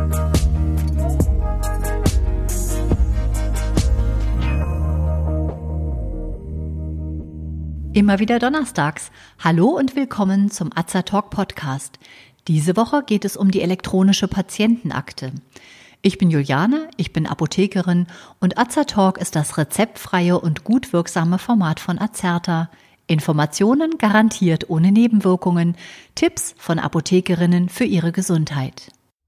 Immer wieder donnerstags. Hallo und willkommen zum Azatalk Podcast. Diese Woche geht es um die elektronische Patientenakte. Ich bin Juliane, ich bin Apothekerin und Azatalk ist das rezeptfreie und gut wirksame Format von Azerta. Informationen garantiert ohne Nebenwirkungen, Tipps von Apothekerinnen für ihre Gesundheit.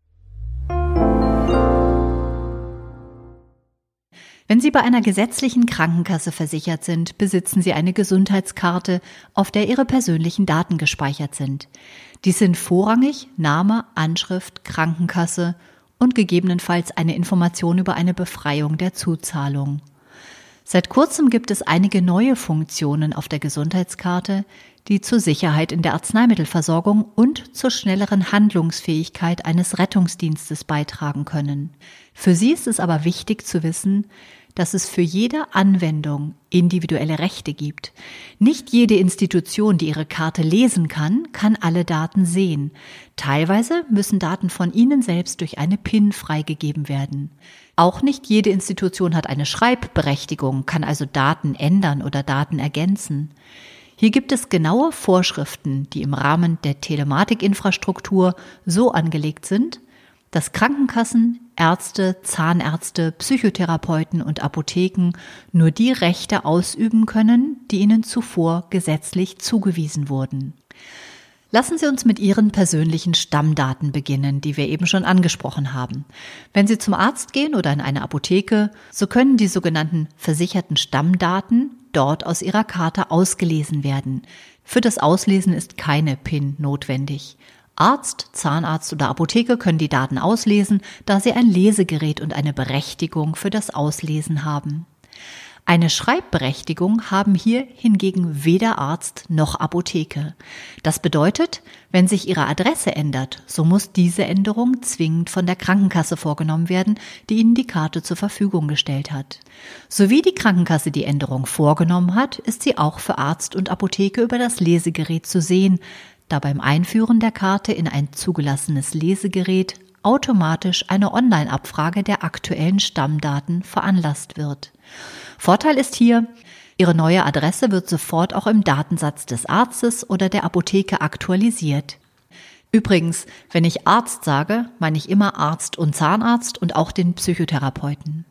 Wenn Sie bei einer gesetzlichen Krankenkasse versichert sind, besitzen Sie eine Gesundheitskarte, auf der Ihre persönlichen Daten gespeichert sind. Dies sind vorrangig Name, Anschrift, Krankenkasse und gegebenenfalls eine Information über eine Befreiung der Zuzahlung. Seit kurzem gibt es einige neue Funktionen auf der Gesundheitskarte, die zur Sicherheit in der Arzneimittelversorgung und zur schnelleren Handlungsfähigkeit eines Rettungsdienstes beitragen können. Für Sie ist es aber wichtig zu wissen, dass es für jede Anwendung individuelle Rechte gibt. Nicht jede Institution, die Ihre Karte lesen kann alle Daten sehen. Teilweise müssen Daten von Ihnen selbst durch eine PIN freigegeben werden. Auch nicht jede Institution hat eine Schreibberechtigung, kann also Daten ändern oder Daten ergänzen. Hier gibt es genaue Vorschriften, die im Rahmen der Telematikinfrastruktur so angelegt sind, dass Krankenkassen, Ärzte, Zahnärzte, Psychotherapeuten und Apotheken nur die Rechte ausüben können, die ihnen zuvor gesetzlich zugewiesen wurden. Lassen Sie uns mit Ihren persönlichen Stammdaten beginnen, die wir eben schon angesprochen haben. Wenn Sie zum Arzt gehen oder in eine Apotheke, so können die sogenannten versicherten Stammdaten dort aus Ihrer Karte ausgelesen werden. Für das Auslesen ist keine PIN notwendig. Arzt, Zahnarzt oder Apotheker können die Daten auslesen, da sie ein Lesegerät und eine Berechtigung für das Auslesen haben. Eine Schreibberechtigung haben hier hingegen weder Arzt noch Apotheke. Das bedeutet, wenn sich Ihre Adresse ändert, so muss diese Änderung zwingend von der Krankenkasse vorgenommen werden, die Ihnen die Karte zur Verfügung gestellt hat. Sowie die Krankenkasse die Änderung vorgenommen hat, ist sie auch für Arzt und Apotheke über das Lesegerät zu sehen, da beim Einführen der Karte in ein zugelassenes Lesegerät automatisch eine Online-Abfrage der aktuellen Stammdaten veranlasst wird. Vorteil ist hier, Ihre neue Adresse wird sofort auch im Datensatz des Arztes oder der Apotheke aktualisiert. Übrigens, wenn ich Arzt sage, meine ich immer Arzt und Zahnarzt und auch den Psychotherapeuten.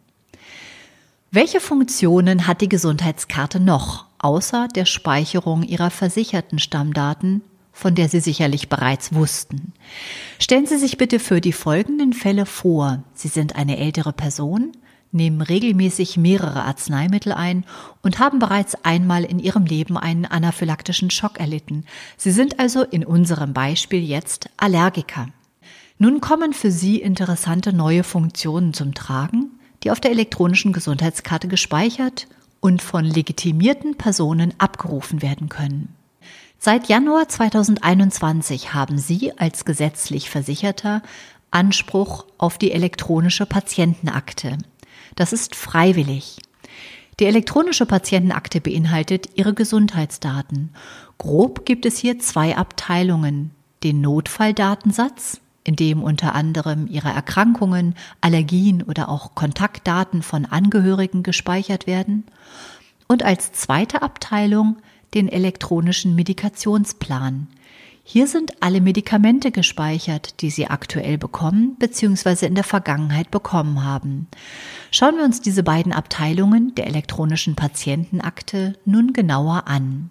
Welche Funktionen hat die Gesundheitskarte noch, außer der Speicherung Ihrer versicherten Stammdaten, von der Sie sicherlich bereits wussten? Stellen Sie sich bitte für die folgenden Fälle vor. Sie sind eine ältere Person, nehmen regelmäßig mehrere Arzneimittel ein und haben bereits einmal in Ihrem Leben einen anaphylaktischen Schock erlitten. Sie sind also in unserem Beispiel jetzt Allergiker. Nun kommen für Sie interessante neue Funktionen zum Tragen, die auf der elektronischen Gesundheitskarte gespeichert und von legitimierten Personen abgerufen werden können. Seit Januar 2021 haben Sie als gesetzlich Versicherter Anspruch auf die elektronische Patientenakte. Das ist freiwillig. Die elektronische Patientenakte beinhaltet Ihre Gesundheitsdaten. Grob gibt es hier 2 Abteilungen: den Notfalldatensatz, in dem unter anderem Ihre Erkrankungen, Allergien oder auch Kontaktdaten von Angehörigen gespeichert werden, und als zweite Abteilung den elektronischen Medikationsplan. Hier sind alle Medikamente gespeichert, die Sie aktuell bekommen bzw. in der Vergangenheit bekommen haben. Schauen wir uns diese beiden Abteilungen der elektronischen Patientenakte nun genauer an.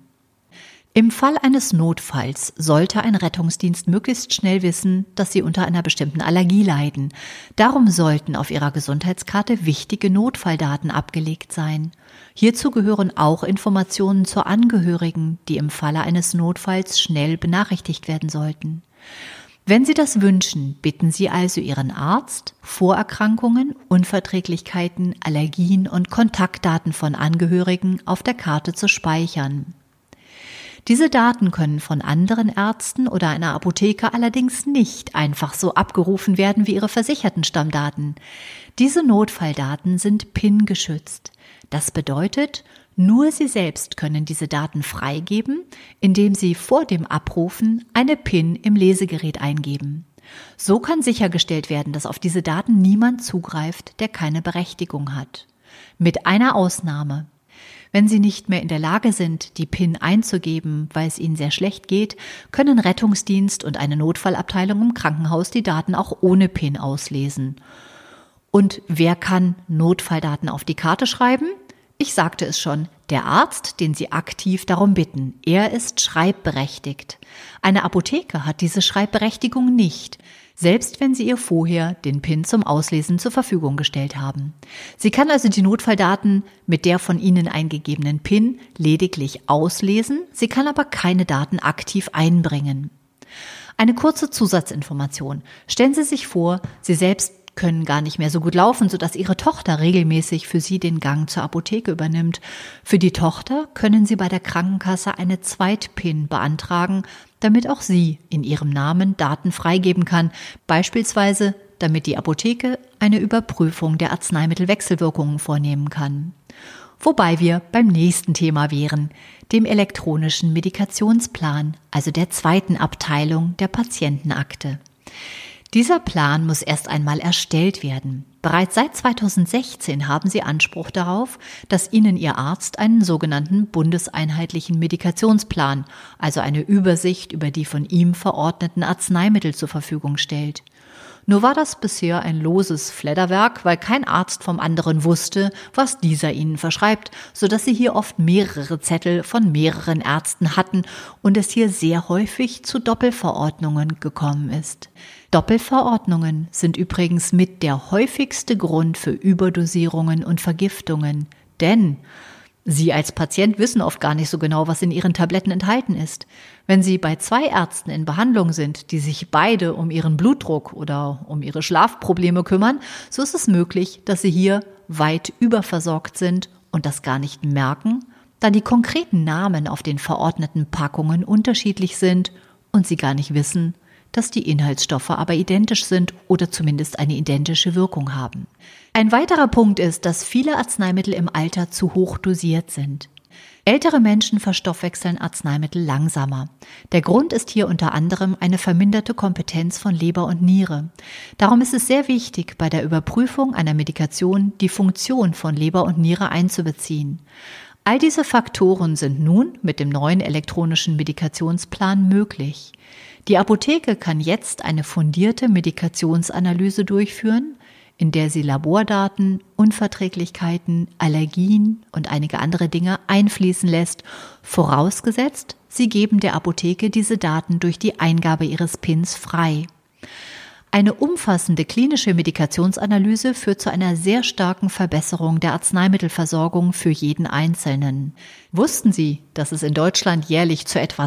Im Fall eines Notfalls sollte ein Rettungsdienst möglichst schnell wissen, dass Sie unter einer bestimmten Allergie leiden. Darum sollten auf Ihrer Gesundheitskarte wichtige Notfalldaten abgelegt sein. Hierzu gehören auch Informationen zu Angehörigen, die im Falle eines Notfalls schnell benachrichtigt werden sollten. Wenn Sie das wünschen, bitten Sie also Ihren Arzt, Vorerkrankungen, Unverträglichkeiten, Allergien und Kontaktdaten von Angehörigen auf der Karte zu speichern. Diese Daten können von anderen Ärzten oder einer Apotheke allerdings nicht einfach so abgerufen werden wie Ihre versicherten Stammdaten. Diese Notfalldaten sind PIN-geschützt. Das bedeutet, nur Sie selbst können diese Daten freigeben, indem Sie vor dem Abrufen eine PIN im Lesegerät eingeben. So kann sichergestellt werden, dass auf diese Daten niemand zugreift, der keine Berechtigung hat. Mit einer Ausnahme. Wenn Sie nicht mehr in der Lage sind, die PIN einzugeben, weil es Ihnen sehr schlecht geht, können Rettungsdienst und eine Notfallabteilung im Krankenhaus die Daten auch ohne PIN auslesen. Und wer kann Notfalldaten auf die Karte schreiben? Ich sagte es schon, der Arzt, den Sie aktiv darum bitten. Er ist schreibberechtigt. Eine Apotheke hat diese Schreibberechtigung nicht, selbst wenn Sie ihr vorher den PIN zum Auslesen zur Verfügung gestellt haben. Sie kann also die Notfalldaten mit der von Ihnen eingegebenen PIN lediglich auslesen, sie kann aber keine Daten aktiv einbringen. Eine kurze Zusatzinformation. Stellen Sie sich vor, Sie selbst können gar nicht mehr so gut laufen, sodass Ihre Tochter regelmäßig für Sie den Gang zur Apotheke übernimmt. Für die Tochter können Sie bei der Krankenkasse eine Zweit-PIN beantragen, damit auch sie in ihrem Namen Daten freigeben kann, beispielsweise damit die Apotheke eine Überprüfung der Arzneimittelwechselwirkungen vornehmen kann. Wobei wir beim nächsten Thema wären, dem elektronischen Medikationsplan, also der zweiten Abteilung der Patientenakte. Dieser Plan muss erst einmal erstellt werden. Bereits seit 2016 haben Sie Anspruch darauf, dass Ihnen Ihr Arzt einen sogenannten bundeseinheitlichen Medikationsplan, also eine Übersicht über die von ihm verordneten Arzneimittel zur Verfügung stellt. Nur war das bisher ein loses Fledderwerk, weil kein Arzt vom anderen wusste, was dieser ihnen verschreibt, sodass sie hier oft mehrere Zettel von mehreren Ärzten hatten und es hier sehr häufig zu Doppelverordnungen gekommen ist. Doppelverordnungen sind übrigens mit der häufigste Grund für Überdosierungen und Vergiftungen, denn Sie als Patient wissen oft gar nicht so genau, was in Ihren Tabletten enthalten ist. Wenn Sie bei 2 Ärzten in Behandlung sind, die sich beide um Ihren Blutdruck oder um Ihre Schlafprobleme kümmern, so ist es möglich, dass Sie hier weit überversorgt sind und das gar nicht merken, da die konkreten Namen auf den verordneten Packungen unterschiedlich sind und Sie gar nicht wissen, dass die Inhaltsstoffe aber identisch sind oder zumindest eine identische Wirkung haben. Ein weiterer Punkt ist, dass viele Arzneimittel im Alter zu hoch dosiert sind. Ältere Menschen verstoffwechseln Arzneimittel langsamer. Der Grund ist hier unter anderem eine verminderte Kompetenz von Leber und Niere. Darum ist es sehr wichtig, bei der Überprüfung einer Medikation die Funktion von Leber und Niere einzubeziehen. All diese Faktoren sind nun mit dem neuen elektronischen Medikationsplan möglich. Die Apotheke kann jetzt eine fundierte Medikationsanalyse durchführen, in der sie Labordaten, Unverträglichkeiten, Allergien und einige andere Dinge einfließen lässt, vorausgesetzt, Sie geben der Apotheke diese Daten durch die Eingabe Ihres PINs frei. Eine umfassende klinische Medikationsanalyse führt zu einer sehr starken Verbesserung der Arzneimittelversorgung für jeden Einzelnen. Wussten Sie, dass es in Deutschland jährlich zu etwa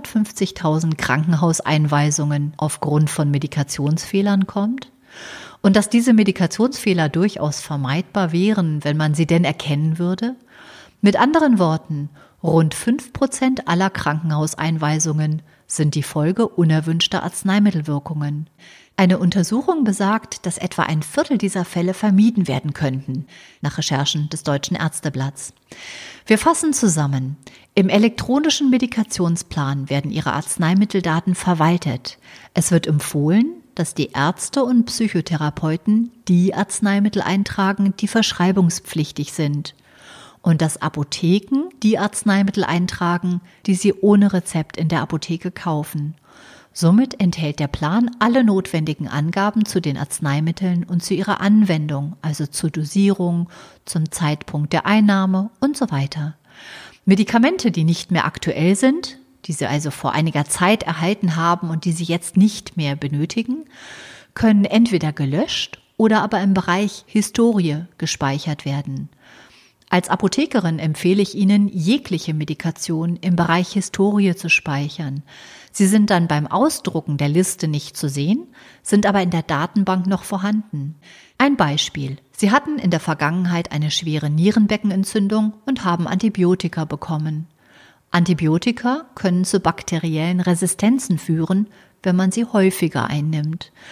250.000 Krankenhauseinweisungen aufgrund von Medikationsfehlern kommt? Und dass diese Medikationsfehler durchaus vermeidbar wären, wenn man sie denn erkennen würde? Mit anderen Worten, rund 5% aller Krankenhauseinweisungen sind die Folge unerwünschter Arzneimittelwirkungen. Eine Untersuchung besagt, dass etwa 1/4 dieser Fälle vermieden werden könnten, nach Recherchen des Deutschen Ärzteblatts. Wir fassen zusammen. Im elektronischen Medikationsplan werden Ihre Arzneimitteldaten verwaltet. Es wird empfohlen, dass die Ärzte und Psychotherapeuten die Arzneimittel eintragen, die verschreibungspflichtig sind. Und dass Apotheken die Arzneimittel eintragen, die sie ohne Rezept in der Apotheke kaufen. Somit enthält der Plan alle notwendigen Angaben zu den Arzneimitteln und zu ihrer Anwendung, also zur Dosierung, zum Zeitpunkt der Einnahme und so weiter. Medikamente, die nicht mehr aktuell sind, die Sie also vor einiger Zeit erhalten haben und die Sie jetzt nicht mehr benötigen, können entweder gelöscht oder aber im Bereich Historie gespeichert werden. Als Apothekerin empfehle ich Ihnen, jegliche Medikation im Bereich Historie zu speichern. Sie sind dann beim Ausdrucken der Liste nicht zu sehen, sind aber in der Datenbank noch vorhanden. Ein Beispiel. Sie hatten in der Vergangenheit eine schwere Nierenbeckenentzündung und haben Antibiotika bekommen. Antibiotika können zu bakteriellen Resistenzen führen, wenn man sie häufiger einnimmt.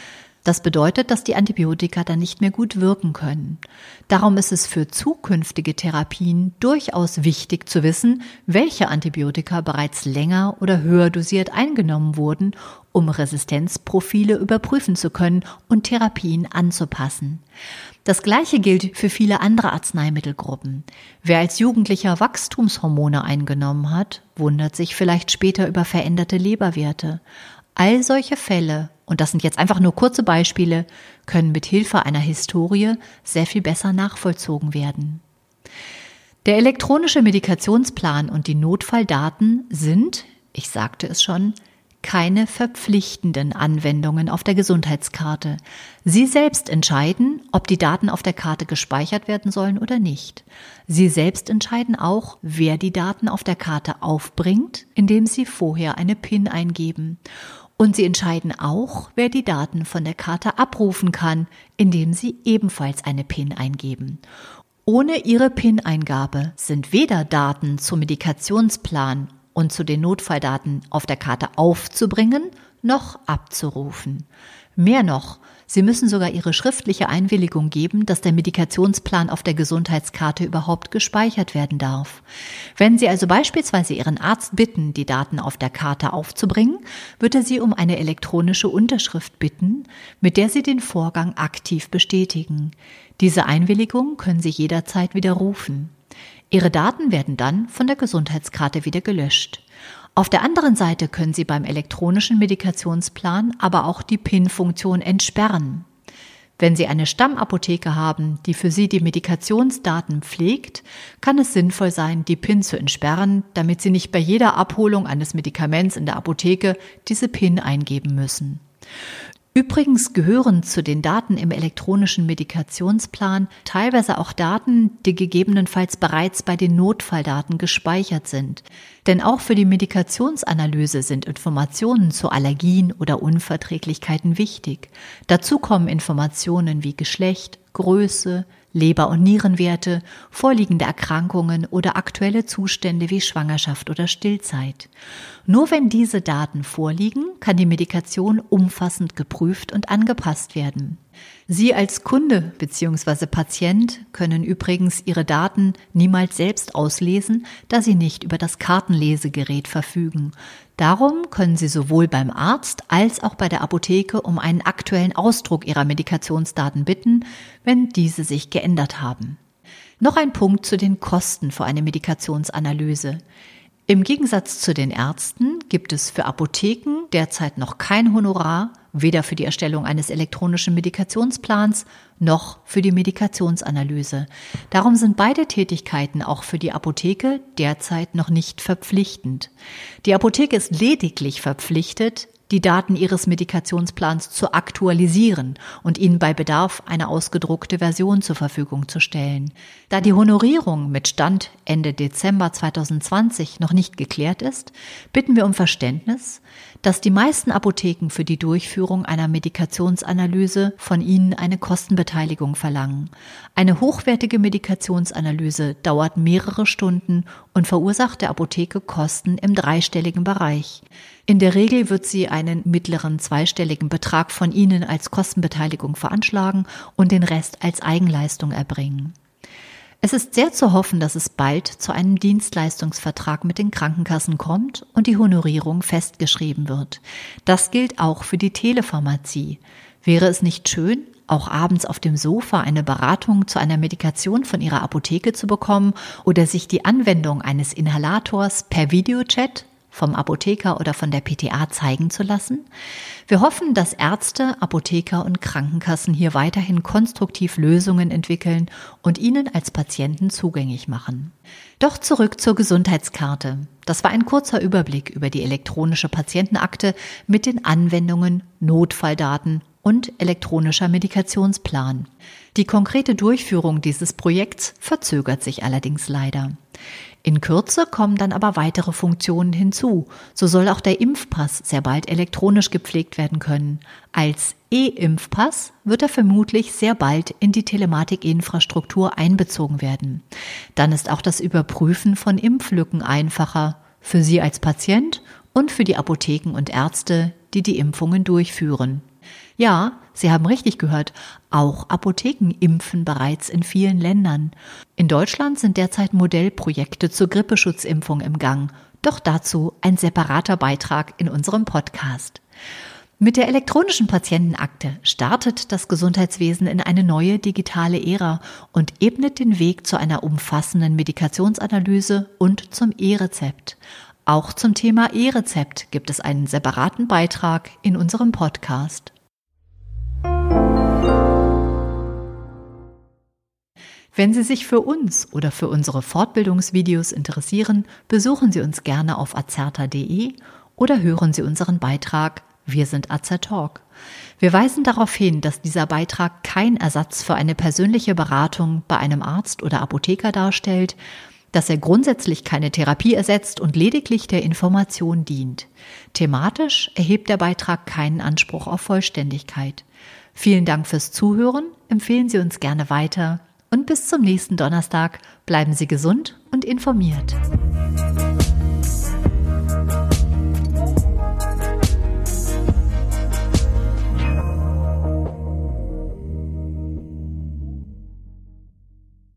Das bedeutet, dass die Antibiotika dann nicht mehr gut wirken können. Darum ist es für zukünftige Therapien durchaus wichtig zu wissen, welche Antibiotika bereits länger oder höher dosiert eingenommen wurden, um Resistenzprofile überprüfen zu können und Therapien anzupassen. Das Gleiche gilt für viele andere Arzneimittelgruppen. Wer als Jugendlicher Wachstumshormone eingenommen hat, wundert sich vielleicht später über veränderte Leberwerte. All solche Fälle, und das sind jetzt einfach nur kurze Beispiele, können mit Hilfe einer Historie sehr viel besser nachvollzogen werden. Der elektronische Medikationsplan und die Notfalldaten sind, ich sagte es schon, keine verpflichtenden Anwendungen auf der Gesundheitskarte. Sie selbst entscheiden, ob die Daten auf der Karte gespeichert werden sollen oder nicht. Sie selbst entscheiden auch, wer die Daten auf der Karte aufbringt, indem sie vorher eine PIN eingeben. Und sie entscheiden auch, wer die Daten von der Karte abrufen kann, indem sie ebenfalls eine PIN eingeben. Ohne ihre PIN-Eingabe sind weder Daten zum Medikationsplan und zu den Notfalldaten auf der Karte aufzubringen, noch abzurufen. Mehr noch, Sie müssen sogar Ihre schriftliche Einwilligung geben, dass der Medikationsplan auf der Gesundheitskarte überhaupt gespeichert werden darf. Wenn Sie also beispielsweise Ihren Arzt bitten, die Daten auf der Karte aufzubringen, wird er Sie um eine elektronische Unterschrift bitten, mit der Sie den Vorgang aktiv bestätigen. Diese Einwilligung können Sie jederzeit widerrufen. Ihre Daten werden dann von der Gesundheitskarte wieder gelöscht. Auf der anderen Seite können Sie beim elektronischen Medikationsplan aber auch die PIN-Funktion entsperren. Wenn Sie eine Stammapotheke haben, die für Sie die Medikationsdaten pflegt, kann es sinnvoll sein, die PIN zu entsperren, damit Sie nicht bei jeder Abholung eines Medikaments in der Apotheke diese PIN eingeben müssen. Übrigens gehören zu den Daten im elektronischen Medikationsplan teilweise auch Daten, die gegebenenfalls bereits bei den Notfalldaten gespeichert sind. Denn auch für die Medikationsanalyse sind Informationen zu Allergien oder Unverträglichkeiten wichtig. Dazu kommen Informationen wie Geschlecht, Größe, Leber- und Nierenwerte, vorliegende Erkrankungen oder aktuelle Zustände wie Schwangerschaft oder Stillzeit. Nur wenn diese Daten vorliegen, kann die Medikation umfassend geprüft und angepasst werden. Sie als Kunde bzw. Patient können übrigens Ihre Daten niemals selbst auslesen, da Sie nicht über das Kartenlesegerät verfügen. Darum können Sie sowohl beim Arzt als auch bei der Apotheke um einen aktuellen Ausdruck Ihrer Medikationsdaten bitten, wenn diese sich geändert haben. Noch ein Punkt zu den Kosten für eine Medikationsanalyse. Im Gegensatz zu den Ärzten gibt es für Apotheken derzeit noch kein Honorar, weder für die Erstellung eines elektronischen Medikationsplans noch für die Medikationsanalyse. Darum sind beide Tätigkeiten auch für die Apotheke derzeit noch nicht verpflichtend. Die Apotheke ist lediglich verpflichtet, die Daten ihres Medikationsplans zu aktualisieren und Ihnen bei Bedarf eine ausgedruckte Version zur Verfügung zu stellen. Da die Honorierung mit Stand Ende Dezember 2020 noch nicht geklärt ist, bitten wir um Verständnis, dass die meisten Apotheken für die Durchführung einer Medikationsanalyse von Ihnen eine Kostenbeteiligung verlangen. Eine hochwertige Medikationsanalyse dauert mehrere Stunden und verursacht der Apotheke Kosten im dreistelligen Bereich. In der Regel wird sie einen mittleren zweistelligen Betrag von Ihnen als Kostenbeteiligung veranschlagen und den Rest als Eigenleistung erbringen. Es ist sehr zu hoffen, dass es bald zu einem Dienstleistungsvertrag mit den Krankenkassen kommt und die Honorierung festgeschrieben wird. Das gilt auch für die Telepharmazie. Wäre es nicht schön, auch abends auf dem Sofa eine Beratung zu einer Medikation von Ihrer Apotheke zu bekommen oder sich die Anwendung eines Inhalators per Videochat vom Apotheker oder von der PTA zeigen zu lassen? Wir hoffen, dass Ärzte, Apotheker und Krankenkassen hier weiterhin konstruktiv Lösungen entwickeln und Ihnen als Patienten zugänglich machen. Doch zurück zur Gesundheitskarte. Das war ein kurzer Überblick über die elektronische Patientenakte mit den Anwendungen, Notfalldaten und elektronischer Medikationsplan. Die konkrete Durchführung dieses Projekts verzögert sich allerdings leider. In Kürze kommen dann aber weitere Funktionen hinzu. So soll auch der Impfpass sehr bald elektronisch gepflegt werden können. Als E-Impfpass wird er vermutlich sehr bald in die Telematikinfrastruktur einbezogen werden. Dann ist auch das Überprüfen von Impflücken einfacher für Sie als Patient und für die Apotheken und Ärzte, die die Impfungen durchführen. Ja, Sie haben richtig gehört, auch Apotheken impfen bereits in vielen Ländern. In Deutschland sind derzeit Modellprojekte zur Grippeschutzimpfung im Gang. Doch dazu ein separater Beitrag in unserem Podcast. Mit der elektronischen Patientenakte startet das Gesundheitswesen in eine neue digitale Ära und ebnet den Weg zu einer umfassenden Medikationsanalyse und zum E-Rezept. Auch zum Thema E-Rezept gibt es einen separaten Beitrag in unserem Podcast. Wenn Sie sich für uns oder für unsere Fortbildungsvideos interessieren, besuchen Sie uns gerne auf azerta.de oder hören Sie unseren Beitrag Wir sind Azertalk. Wir weisen darauf hin, dass dieser Beitrag kein Ersatz für eine persönliche Beratung bei einem Arzt oder Apotheker darstellt, dass er grundsätzlich keine Therapie ersetzt und lediglich der Information dient. Thematisch erhebt der Beitrag keinen Anspruch auf Vollständigkeit. Vielen Dank fürs Zuhören, empfehlen Sie uns gerne weiter und bis zum nächsten Donnerstag bleiben Sie gesund und informiert.